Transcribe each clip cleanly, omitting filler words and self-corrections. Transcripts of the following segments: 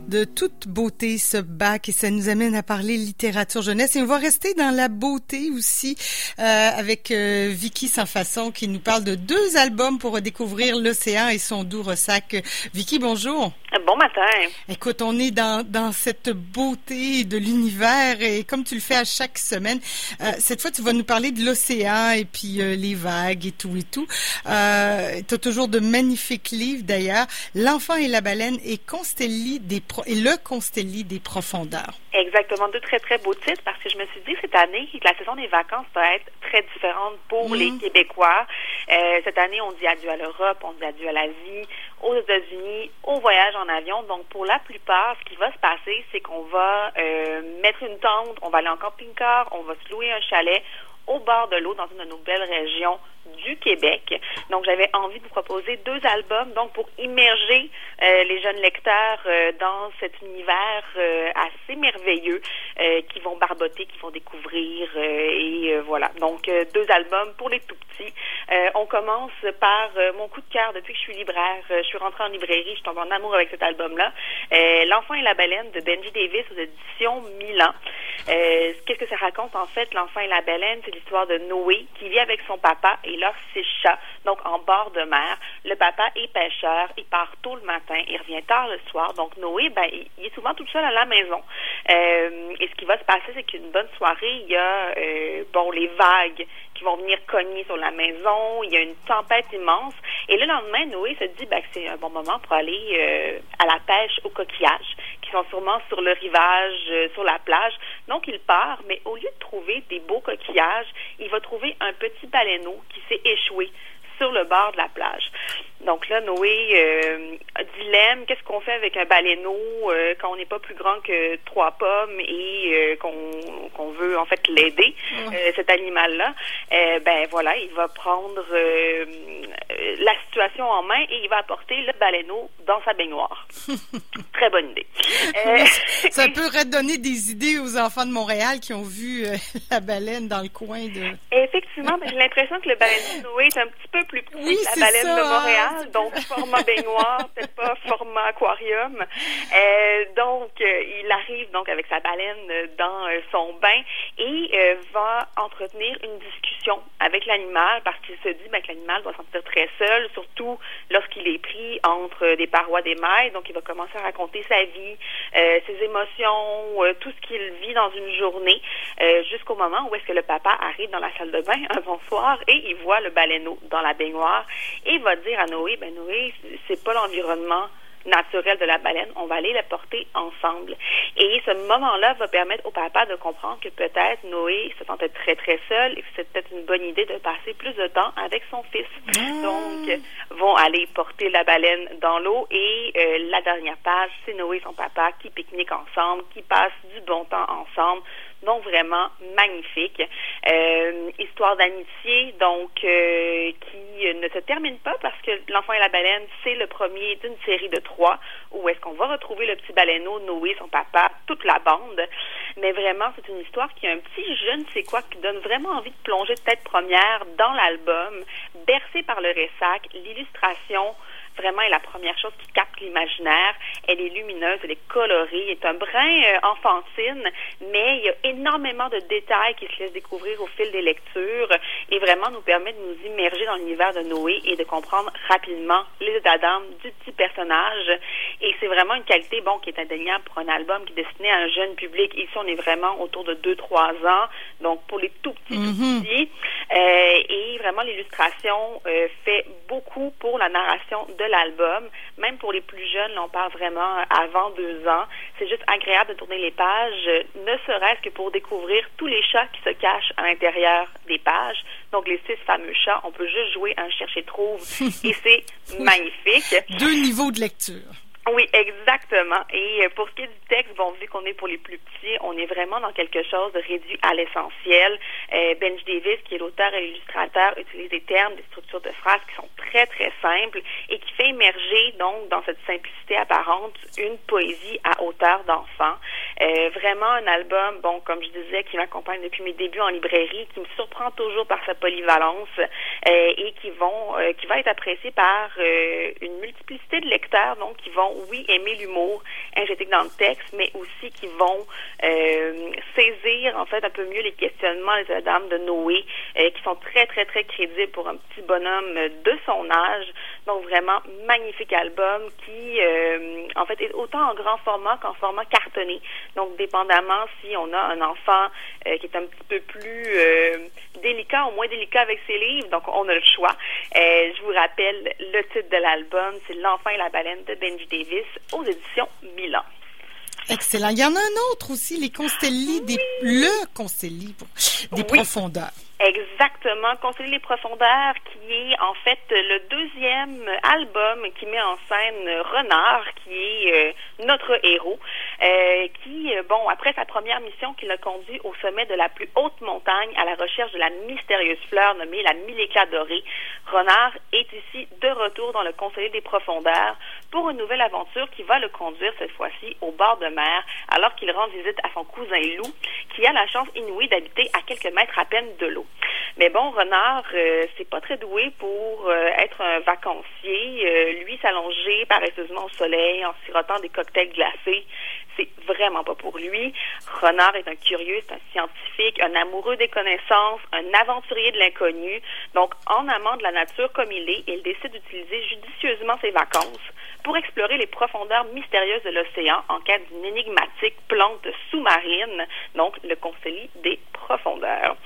De toute beauté, ce bac, et ça nous amène à parler littérature jeunesse. Et on va rester dans la beauté aussi avec Vicky Sans-Façon qui nous parle de 2 albums pour redécouvrir l'océan et son doux ressac. Vicky, bonjour. Bon matin. Écoute, on est dans cette beauté de l'univers et comme tu le fais à chaque semaine, cette fois tu vas nous parler de l'océan et puis les vagues et tout. Tu as toujours de magnifiques livres d'ailleurs. L'enfant et la baleine et le Constelli des profondeurs. Exactement, 2 très très beaux titres parce que je me suis dit cette année que la saison des vacances va être très différente pour les Québécois. Cette année, on dit adieu à l'Europe, on dit adieu à l'Asie, aux États-Unis, au voyage en avion. Donc, pour la plupart, ce qui va se passer, c'est qu'on va mettre une tente, on va aller en camping-car, on va se louer un chalet au bord de l'eau dans une de nos belles régions du Québec. Donc, j'avais envie de vous proposer 2 albums donc pour immerger les jeunes lecteurs dans cet univers assez merveilleux qui vont barboter, qui vont découvrir et voilà. Donc, 2 albums pour les tout petits. On commence par mon coup de cœur depuis que je suis libraire. Je suis rentrée en librairie, je tombe en amour avec cet album-là. L'enfant et la baleine de Benji Davis aux éditions Milan. Qu'est-ce que ça raconte en fait, L'enfant et la baleine? C'est l'histoire de Noé qui vit avec son papa et leurs 6 chats, donc en bord de mer. Le papa est pêcheur, il part tôt le matin, il revient tard le soir. Donc Noé, il est souvent tout seul à la maison. Et ce qui va se passer, c'est qu'une bonne soirée, il y a les vagues qui vont venir cogner sur la maison, il y a une tempête immense. Et le lendemain, Noé se dit que c'est un bon moment pour aller à la pêche aux coquillages, qui sont sûrement sur le rivage, sur la plage. Donc, il part, mais au lieu de trouver des beaux coquillages, il va trouver un petit baleineau qui s'est échoué sur le bord de la plage. Donc là, Noé dilemme, qu'est-ce qu'on fait avec un baleineau quand on n'est pas plus grand que 3 pommes et qu'on veut en fait l'aider, cet animal-là. Il va prendre la situation en main et il va apporter le baleineau dans sa baignoire. Très bonne idée. Ça pourrait donner des idées aux enfants de Montréal qui ont vu la baleine dans le coin de... Effectivement, j'ai l'impression que le baleineau de Noé est un petit peu plus petit que la baleine de Montréal, donc format baignoire, peut-être pas format aquarium. Il arrive donc avec sa baleine dans son bain et va entretenir une discussion avec l'animal parce qu'il se dit que l'animal doit se sentir très seul, surtout lorsqu'il est pris entre des parois d'émail. Donc, il va commencer à raconter sa vie, ses émotions, tout ce qu'il vit dans une journée, jusqu'au moment où est-ce que le papa arrive dans la salle de bain un bon soir et il voit le baleineau dans la baignoire et il va dire à Noé, Noé, c'est pas l'environnement naturel de la baleine, on va aller la porter ensemble. Et ce moment-là va permettre au papa de comprendre que peut-être Noé se sentait très très seul et que c'est peut-être une bonne idée de passer plus de temps avec son fils. Donc, vont aller porter la baleine dans l'eau et la dernière page, c'est Noé et son papa qui pique-niquent ensemble, qui passent du bon temps ensemble. Donc, vraiment magnifique. Histoire d'amitié, donc, qui ne se termine pas parce que L'enfant et la baleine, c'est le premier d'une série de 3 où est-ce qu'on va retrouver le petit baleineau, Noé, son papa, toute la bande. Mais vraiment, c'est une histoire qui a un petit je ne sais quoi qui donne vraiment envie de plonger de tête première dans l'album, bercé par le ressac, l'illustration. Vraiment, est la première chose qui capte l'imaginaire. Elle est lumineuse, elle est colorée, elle est un brin enfantine, mais il y a énormément de détails qui se laissent découvrir au fil des lectures et vraiment nous permet de nous immerger dans l'univers de Noé et de comprendre rapidement les états d'âme du petit personnage. Et c'est vraiment une qualité, qui est indéniable pour un album qui est destiné à un jeune public. Ici, on est vraiment autour de 2-3 ans, donc pour les tout petits, et vraiment, l'illustration fait beaucoup pour la narration de l'album. Même pour les plus jeunes, on parle vraiment avant 2 ans. C'est juste agréable de tourner les pages, ne serait-ce que pour découvrir tous les chats qui se cachent à l'intérieur des pages. Donc, les 6 fameux chats, on peut juste jouer un cherche-et-trouve et c'est magnifique. 2 niveaux de lecture. Oui, exactement. Et pour ce qui est du texte, vu qu'on est pour les plus petits, on est vraiment dans quelque chose de réduit à l'essentiel. Benji Davis, qui est l'auteur et l'illustrateur, utilise des termes, des structures de phrases qui sont très, très simples et qui fait émerger, donc, dans cette simplicité apparente, une poésie à hauteur d'enfant. Vraiment un album, bon, comme je disais, qui m'accompagne depuis mes débuts en librairie, qui me surprend toujours par sa polyvalence et qui va être apprécié par une multiplicité de lecteurs, donc qui vont, oui, aimer l'humour injecté dans le texte, mais aussi qui vont saisir, en fait, un peu mieux les questionnements des Adam de Noé, qui sont très, très, très crédibles pour un petit bonhomme de son âge. Donc, vraiment, magnifique album qui, en fait, est autant en grand format qu'en format cartonné. Donc, dépendamment si on a un enfant qui est un petit peu plus délicat ou moins délicat avec ses livres, donc on a le choix. Je vous rappelle le titre de l'album, c'est L'Enfant et la baleine de Benji Davis aux éditions Milan. Excellent. Il y en a un autre aussi, les Constelli, le Constelli des profondeurs. Exactement. Constelli les profondeurs, qui est en fait le deuxième album qui met en scène Renard, qui est notre héros, qui, bon, après sa première mission qui l'a conduit au sommet de la plus haute montagne à la recherche de la mystérieuse fleur nommée la mille éclats dorés, Renard est ici de retour dans le Constelli des profondeurs pour une nouvelle aventure qui va le conduire cette fois-ci au bord de mer alors qu'il rend visite à son cousin Loup, qui a la chance inouïe d'habiter à quelques mètres à peine de l'eau. Mais bon, Renard, c'est pas très doué pour être un vacancier. Lui, s'allonger paresseusement au soleil en sirotant des cocktails glacés, c'est vraiment pas pour lui. Renard est un curieux, c'est un scientifique, un amoureux des connaissances, un aventurier de l'inconnu. Donc, en amant de la nature comme il décide d'utiliser judicieusement ses vacances pour explorer les profondeurs mystérieuses de l'océan en quête d'une énigmatique plante sous-marine, donc le Constelli des profondeurs.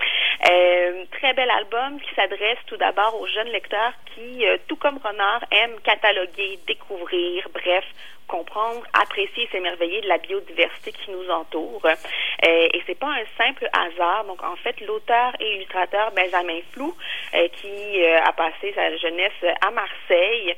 Très bel album qui s'adresse tout d'abord aux jeunes lecteurs qui, tout comme Renard, aiment cataloguer, découvrir, bref, comprendre, apprécier et s'émerveiller de la biodiversité qui nous entoure. Et c'est pas un simple hasard. Donc, en fait, l'auteur et illustrateur Benjamin Floux, qui a passé sa jeunesse à Marseille,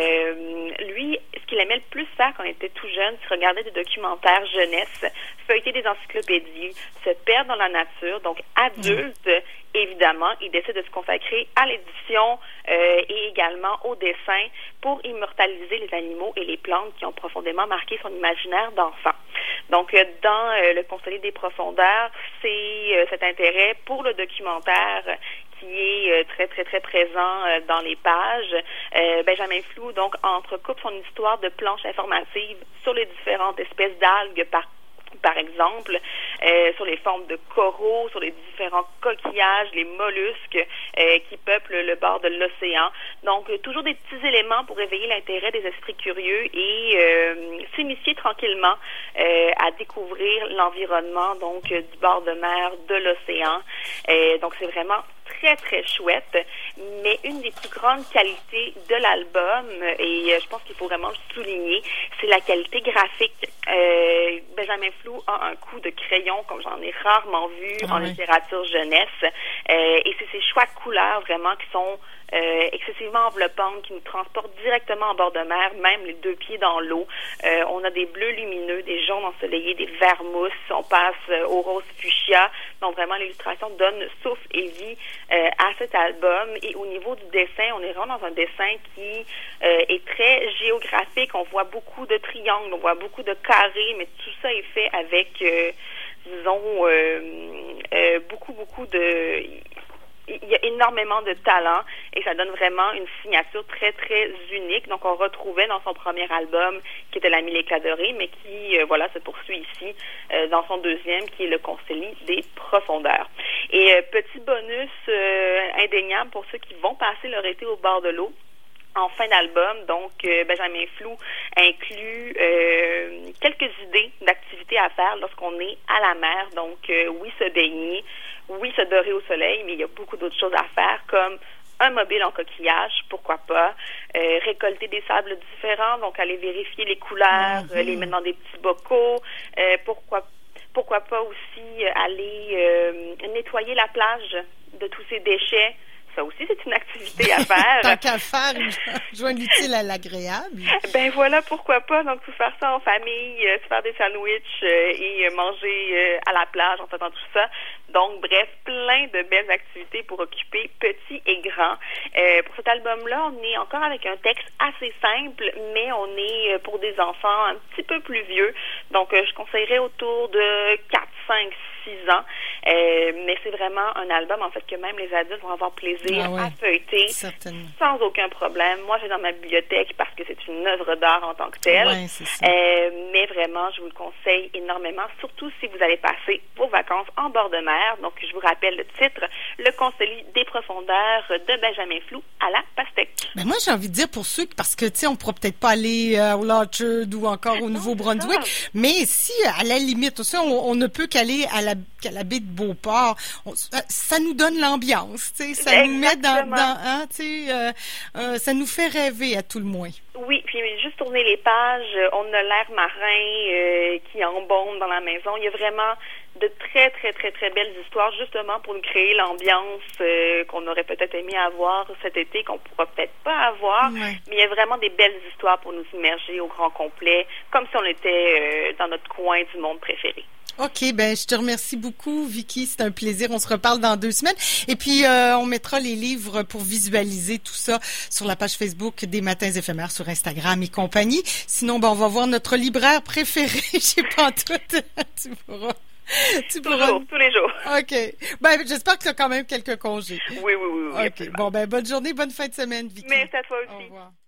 lui, ce qu'il aimait le plus faire quand il était tout jeune, c'est regarder des documentaires jeunesse, feuilleter des encyclopédies, se perdre dans la nature. Donc, adulte, évidemment, il décide de se consacrer à l'édition et également au dessin pour immortaliser les animaux et les plantes qui ont profondément marqué son imaginaire d'enfant. Donc, dans le Constelli des profondeurs, c'est cet intérêt pour le documentaire qui est très, très, très présent dans les pages. Benjamin Floux, donc, entrecoupe son histoire de planches informatives sur les différentes espèces d'algues par exemple, sur les formes de coraux, sur les différents coquillages, les mollusques qui peuplent le bord de l'océan. Donc, toujours des petits éléments pour éveiller l'intérêt des esprits curieux et s'initier tranquillement à découvrir l'environnement donc du bord de mer de l'océan. Donc, c'est vraiment très, très chouette, mais une des plus grandes qualités de l'album, et je pense qu'il faut vraiment le souligner, c'est la qualité graphique. Benjamin Floux a un coup de crayon comme j'en ai rarement vu en littérature jeunesse, et c'est ces choix de couleurs vraiment qui sont excessivement enveloppantes, qui nous transportent directement en bord de mer, même les deux pieds dans l'eau. On a des bleus lumineux, des jaunes ensoleillés, des verts mousses, on passe au rose fuchsia. Donc vraiment, l'illustration donne souffle et vie à cet album. Et au niveau du dessin, on est vraiment dans un dessin qui est très géographique. On voit beaucoup de triangles, on voit beaucoup de carrés, mais tout ça est fait avec, disons, beaucoup de... Il y a énormément de talent et ça donne vraiment une signature très, très unique. Donc, on retrouvait dans son premier album, qui était La Mille éclats dorés, mais qui, se poursuit ici dans son deuxième, qui est Le Constelli des profondeurs. Et petit bonus indéniable pour ceux qui vont passer leur été au bord de l'eau. En fin d'album, donc, Benjamin Floux inclut quelques idées d'activités à faire lorsqu'on est à la mer. Donc, oui, se baigner, oui, se dorer au soleil, mais il y a beaucoup d'autres choses à faire, comme un mobile en coquillage, pourquoi pas, récolter des sables différents, donc aller vérifier les couleurs, les mettre dans des petits bocaux, pourquoi pas aussi aller nettoyer la plage de tous ces déchets. ça aussi, c'est une activité à faire. Tant qu'à faire, joindre l'utile à l'agréable. Ben voilà, pourquoi pas. Donc, tout faire ça en famille, se faire des sandwichs et manger à la plage en faisant tout ça. Donc, bref, plein de belles activités pour occuper petits et grands. Pour cet album-là, on est encore avec un texte assez simple, mais on est pour des enfants un petit peu plus vieux. Donc, je conseillerais autour de 4, 5, 6 ans. Mais c'est vraiment un album, en fait, que même les adultes vont avoir plaisir à feuilleter sans aucun problème. Moi, j'ai dans ma bibliothèque parce que c'est une œuvre d'art en tant que telle. Ouais, c'est ça. Mais vraiment, je vous le conseille énormément, surtout si vous allez passer vos vacances en bord de mer. Donc, je vous rappelle le titre, Le Consolis des profondeurs de Benjamin Floux à la pastèque. Ben moi, j'ai envie de dire pour ceux, parce que, tu sais, on pourra peut-être pas aller au L'Orchard ou encore au Nouveau-Brunswick, mais si, à la limite, aussi, on ne peut qu'aller à la baie de Beauport, ça nous donne l'ambiance, tu sais, ça nous met ça nous fait rêver à tout le moins. Oui, puis juste tourner les pages, on a l'air marin qui embaume dans la maison. Il y a vraiment de très, très, très, très belles histoires, justement pour nous créer l'ambiance qu'on aurait peut-être aimé avoir cet été, qu'on pourra peut-être pas avoir. Mais il y a vraiment des belles histoires pour nous immerger au grand complet, comme si on était dans notre coin du monde préféré. OK, ben je te remercie beaucoup, Vicky. C'est un plaisir. On se reparle dans 2 semaines. Et puis, on mettra les livres pour visualiser tout ça sur la page Facebook des Matins éphémères, sur Instagram et compagnie. Sinon, ben on va voir notre libraire préféré chez Pantoute. Tu pourras. Toujours, tous les jours. OK. Ben, j'espère que tu as quand même quelques congés. Oui. OK. Bon, ben bonne journée, bonne fin de semaine, Vicky. Merci à toi aussi. Au revoir.